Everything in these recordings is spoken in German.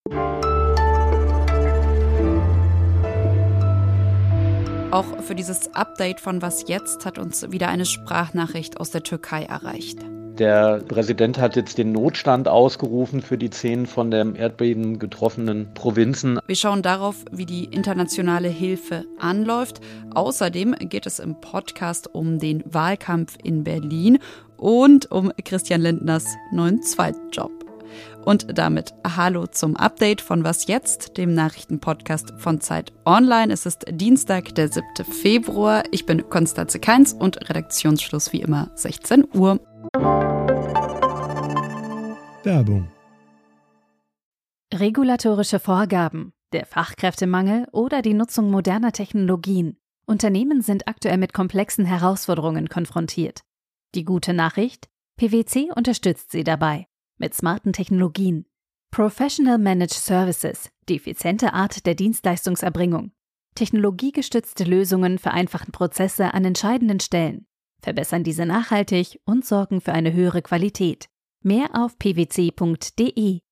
Auch für dieses Update von Was jetzt hat uns wieder eine Sprachnachricht aus der Türkei erreicht. Der Präsident hat jetzt den Notstand ausgerufen für die 10 von dem Erdbeben getroffenen Provinzen. Wir schauen darauf, wie die internationale Hilfe anläuft. Außerdem geht es im Podcast um den Wahlkampf in Berlin und um Christian Lindners neuen Zweitjob. Und damit hallo zum Update von Was jetzt, dem Nachrichtenpodcast von Zeit Online. Es ist Dienstag, der 7. Februar. Ich bin Konstanze Kainz und Redaktionsschluss wie immer 16 Uhr. Werbung. Regulatorische Vorgaben, der Fachkräftemangel oder die Nutzung moderner Technologien. Unternehmen sind aktuell mit komplexen Herausforderungen konfrontiert. Die gute Nachricht: PwC unterstützt sie dabei. Mit smarten Technologien. Professional Managed Services, die effiziente Art der Dienstleistungserbringung. Technologiegestützte Lösungen vereinfachen Prozesse an entscheidenden Stellen, verbessern diese nachhaltig und sorgen für eine höhere Qualität. Mehr auf pwc.de.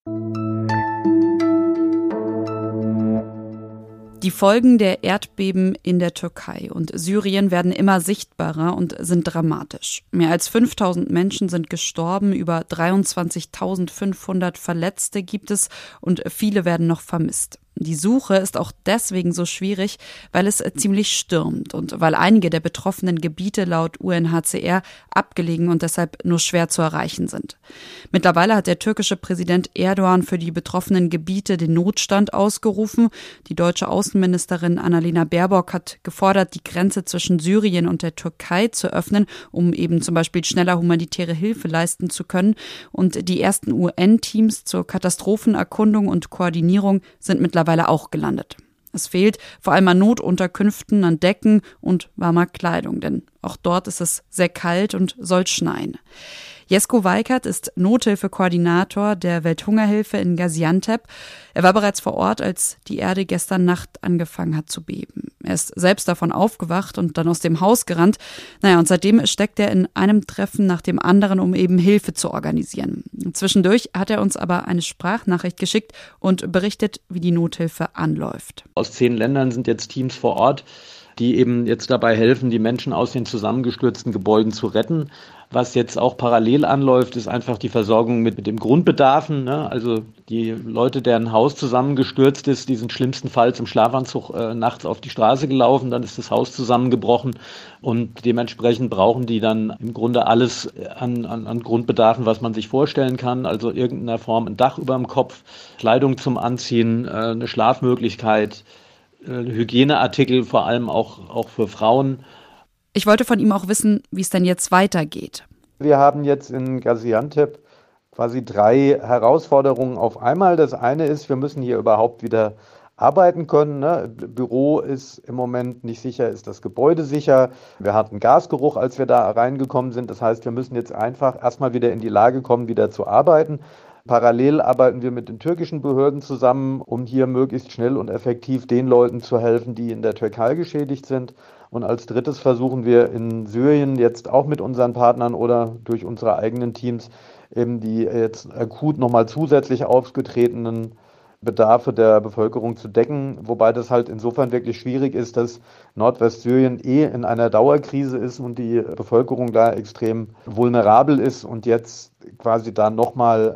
Die Folgen der Erdbeben in der Türkei und Syrien werden immer sichtbarer und sind dramatisch. Mehr als 5.000 Menschen sind gestorben, über 23.500 Verletzte gibt es und viele werden noch vermisst. Die Suche ist auch deswegen so schwierig, weil es ziemlich stürmt und weil einige der betroffenen Gebiete laut UNHCR abgelegen und deshalb nur schwer zu erreichen sind. Mittlerweile hat der türkische Präsident Erdogan für die betroffenen Gebiete den Notstand ausgerufen. Die deutsche Außenministerin Annalena Baerbock hat gefordert, die Grenze zwischen Syrien und der Türkei zu öffnen, um eben zum Beispiel schneller humanitäre Hilfe leisten zu können. Und die ersten UN-Teams zur Katastrophenerkundung und Koordinierung sind mittlerweile auch gelandet. Es fehlt vor allem an Notunterkünften, an Decken und warmer Kleidung, denn auch dort ist es sehr kalt und soll schneien. Jesko Weikert ist Nothilfekoordinator der Welthungerhilfe in Gaziantep. Er war bereits vor Ort, als die Erde gestern Nacht angefangen hat zu beben. Er ist selbst davon aufgewacht und dann aus dem Haus gerannt. Und seitdem steckt er in einem Treffen nach dem anderen, um eben Hilfe zu organisieren. Zwischendurch hat er uns aber eine Sprachnachricht geschickt und berichtet, wie die Nothilfe anläuft. Aus 10 Ländern sind jetzt Teams vor Ort, die eben jetzt dabei helfen, die Menschen aus den zusammengestürzten Gebäuden zu retten. Was jetzt auch parallel anläuft, ist einfach die Versorgung mit dem Grundbedarfen. Ne? Also die Leute, deren Haus zusammengestürzt ist, die sind schlimmstenfalls im Schlafanzug nachts auf die Straße gelaufen, dann ist das Haus zusammengebrochen und dementsprechend brauchen die dann im Grunde alles an Grundbedarfen, was man sich vorstellen kann. Also irgendeiner Form ein Dach über dem Kopf, Kleidung zum Anziehen, eine Schlafmöglichkeit, Hygieneartikel, vor allem auch für Frauen. Ich wollte von ihm auch wissen, wie es denn jetzt weitergeht. Wir haben jetzt in Gaziantep quasi 3 Herausforderungen auf einmal. Das eine ist, wir müssen hier überhaupt wieder arbeiten können. Ne? Büro ist im Moment nicht sicher, ist das Gebäude sicher. Wir hatten Gasgeruch, als wir da reingekommen sind. Das heißt, wir müssen jetzt einfach erstmal wieder in die Lage kommen, wieder zu arbeiten. Parallel arbeiten wir mit den türkischen Behörden zusammen, um hier möglichst schnell und effektiv den Leuten zu helfen, die in der Türkei geschädigt sind. Und als drittes versuchen wir in Syrien jetzt auch mit unseren Partnern oder durch unsere eigenen Teams eben die jetzt akut nochmal zusätzlich aufgetretenen Bedarfe der Bevölkerung zu decken, wobei das halt insofern wirklich schwierig ist, dass Nordwestsyrien in einer Dauerkrise ist und die Bevölkerung da extrem vulnerabel ist und jetzt quasi da noch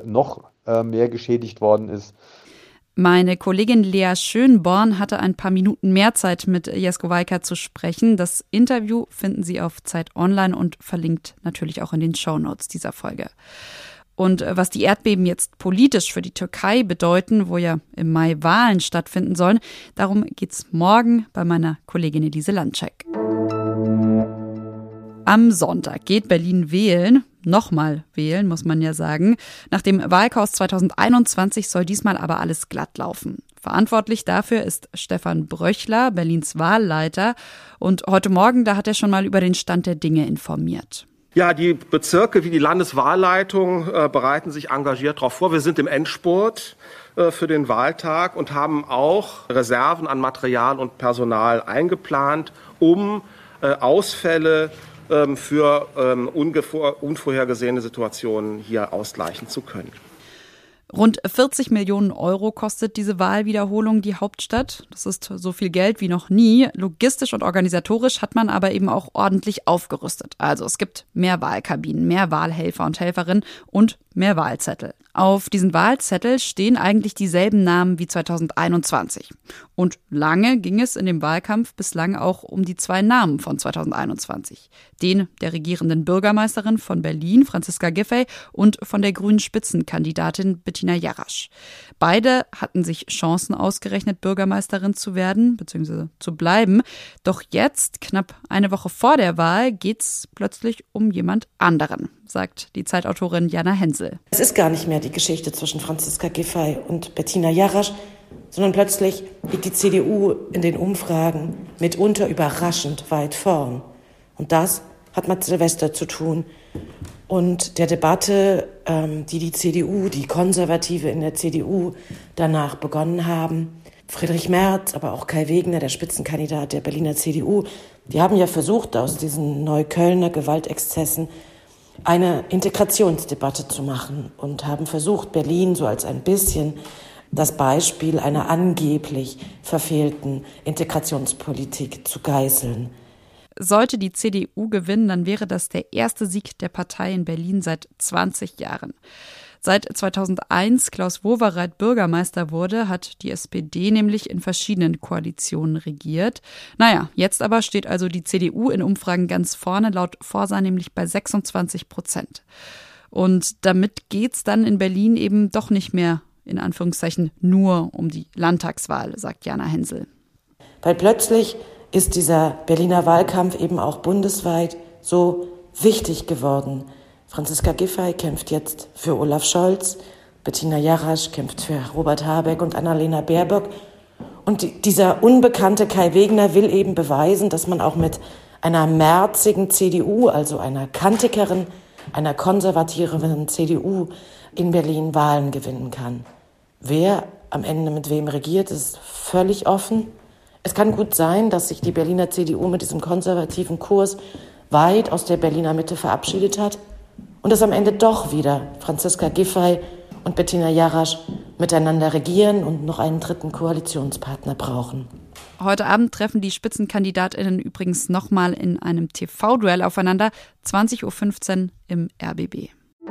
mehr geschädigt worden ist. Meine Kollegin Lea Schönborn hatte ein paar Minuten mehr Zeit, mit Jesko Weikert zu sprechen. Das Interview finden Sie auf Zeit Online und verlinkt natürlich auch in den Shownotes dieser Folge. Und was die Erdbeben jetzt politisch für die Türkei bedeuten, wo ja im Mai Wahlen stattfinden sollen, darum geht's morgen bei meiner Kollegin Elise Landcheck. Am Sonntag geht Berlin wählen. Nochmal wählen, muss man ja sagen. Nach dem Wahlchaos 2021 soll diesmal aber alles glatt laufen. Verantwortlich dafür ist Stefan Bröchler, Berlins Wahlleiter. Und heute Morgen, da hat er schon mal über den Stand der Dinge informiert. Ja, die Bezirke wie die Landeswahlleitung bereiten sich engagiert darauf vor. Wir sind im Endspurt für den Wahltag und haben auch Reserven an Material und Personal eingeplant, um Ausfälle für unvorhergesehene Situationen hier ausgleichen zu können. Rund 40 Millionen Euro kostet diese Wahlwiederholung die Hauptstadt. Das ist so viel Geld wie noch nie. Logistisch und organisatorisch hat man aber eben auch ordentlich aufgerüstet. Also es gibt mehr Wahlkabinen, mehr Wahlhelfer und Helferinnen und mehr Wahlzettel. Auf diesen Wahlzettel stehen eigentlich dieselben Namen wie 2021. Und lange ging es in dem Wahlkampf bislang auch um die 2 Namen von 2021. Den der regierenden Bürgermeisterin von Berlin, Franziska Giffey, und von der grünen Spitzenkandidatin Bettina Jarasch. Beide hatten sich Chancen ausgerechnet, Bürgermeisterin zu werden bzw. zu bleiben. Doch jetzt, knapp eine Woche vor der Wahl, geht's plötzlich um jemand anderen, sagt die Zeitautorin Jana Hensel. Es ist gar nicht mehr die Geschichte zwischen Franziska Giffey und Bettina Jarasch, sondern plötzlich liegt die CDU in den Umfragen mitunter überraschend weit vorn. Und das hat mit Silvester zu tun und der Debatte, die CDU, die Konservative in der CDU danach begonnen haben. Friedrich Merz, aber auch Kai Wegner, der Spitzenkandidat der Berliner CDU, die haben ja versucht, aus diesen Neuköllner Gewaltexzessen eine Integrationsdebatte zu machen und haben versucht, Berlin so als ein bisschen das Beispiel einer angeblich verfehlten Integrationspolitik zu geißeln. Sollte die CDU gewinnen, dann wäre das der erste Sieg der Partei in Berlin seit 20 Jahren. Seit 2001 Klaus Wowereit Bürgermeister wurde, hat die SPD nämlich in verschiedenen Koalitionen regiert. Naja, jetzt aber steht also die CDU in Umfragen ganz vorne, laut Forsa nämlich bei 26%. Und damit geht's dann in Berlin eben doch nicht mehr, in Anführungszeichen, nur um die Landtagswahl, sagt Jana Hensel. Weil plötzlich ist dieser Berliner Wahlkampf eben auch bundesweit so wichtig geworden. Franziska Giffey kämpft jetzt für Olaf Scholz, Bettina Jarasch kämpft für Robert Habeck und Annalena Baerbock. Und dieser unbekannte Kai Wegner will eben beweisen, dass man auch mit einer merzigen CDU, also einer kantigeren, einer konservativeren CDU in Berlin Wahlen gewinnen kann. Wer am Ende mit wem regiert, ist völlig offen. Es kann gut sein, dass sich die Berliner CDU mit diesem konservativen Kurs weit aus der Berliner Mitte verabschiedet hat und dass am Ende doch wieder Franziska Giffey und Bettina Jarasch miteinander regieren und noch einen dritten Koalitionspartner brauchen. Heute Abend treffen die SpitzenkandidatInnen übrigens nochmal in einem TV-Duell aufeinander, 20.15 Uhr im RBB.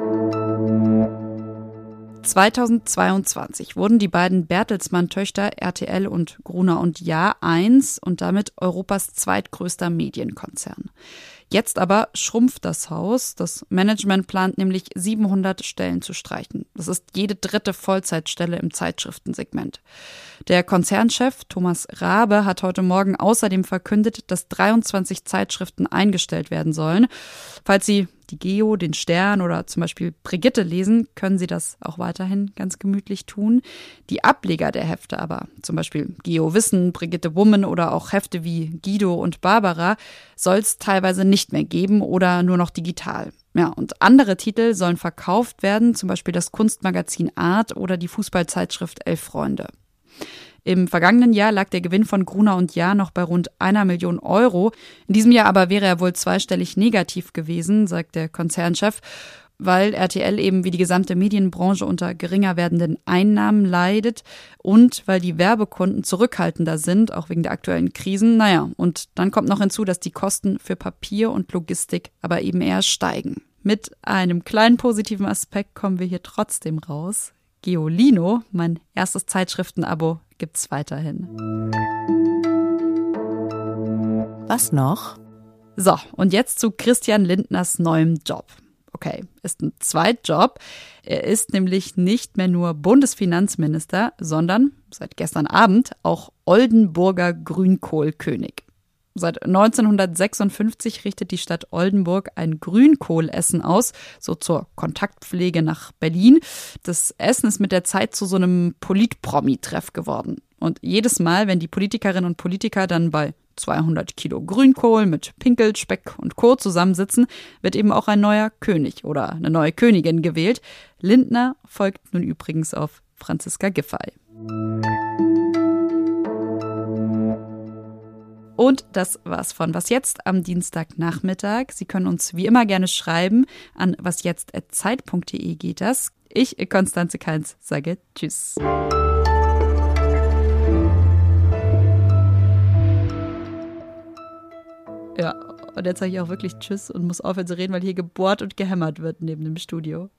2022 wurden die beiden Bertelsmann-Töchter RTL und Gruner + Jahr 1 und damit Europas zweitgrößter Medienkonzern. Jetzt aber schrumpft das Haus. Das Management plant nämlich 700 Stellen zu streichen. Das ist jede 3. Vollzeitstelle im Zeitschriftensegment. Der Konzernchef Thomas Rabe hat heute Morgen außerdem verkündet, dass 23 Zeitschriften eingestellt werden sollen. Falls Sie die Geo, den Stern oder zum Beispiel Brigitte lesen, können Sie das auch weiterhin ganz gemütlich tun. Die Ableger der Hefte aber, zum Beispiel Geo Wissen, Brigitte Woman oder auch Hefte wie Guido und Barbara, soll es teilweise nicht mehr geben oder nur noch digital. Ja, und andere Titel sollen verkauft werden, zum Beispiel das Kunstmagazin Art oder die Fußballzeitschrift 11 Freunde. Im vergangenen Jahr lag der Gewinn von Gruner + Jahr noch bei rund 1 Million Euro. In diesem Jahr aber wäre er wohl zweistellig negativ gewesen, sagt der Konzernchef, weil RTL eben wie die gesamte Medienbranche unter geringer werdenden Einnahmen leidet und weil die Werbekunden zurückhaltender sind, auch wegen der aktuellen Krisen. Naja, und dann kommt noch hinzu, dass die Kosten für Papier und Logistik aber eben eher steigen. Mit einem kleinen positiven Aspekt kommen wir hier trotzdem raus. Geolino, mein erstes Zeitschriftenabo, gibt's weiterhin. Was noch? So, und jetzt zu Christian Lindners neuem Job. Okay, ist ein Zweitjob. Er ist nämlich nicht mehr nur Bundesfinanzminister, sondern seit gestern Abend auch Oldenburger Grünkohlkönig. Seit 1956 richtet die Stadt Oldenburg ein Grünkohlessen aus, so zur Kontaktpflege nach Berlin. Das Essen ist mit der Zeit zu so einem Polit-Promi-Treff geworden. Und jedes Mal, wenn die Politikerinnen und Politiker dann bei 200 Kilo Grünkohl mit Pinkel, Speck und Co. zusammensitzen, wird eben auch ein neuer König oder eine neue Königin gewählt. Lindner folgt nun übrigens auf Franziska Giffey. Und das war's von Was Jetzt am Dienstagnachmittag. Sie können uns wie immer gerne schreiben. An wasjetzt@zeit.de geht das. Ich, Konstanze Keins, sage Tschüss. Ja, und jetzt sage ich auch wirklich Tschüss und muss aufhören zu reden, weil hier gebohrt und gehämmert wird neben dem Studio.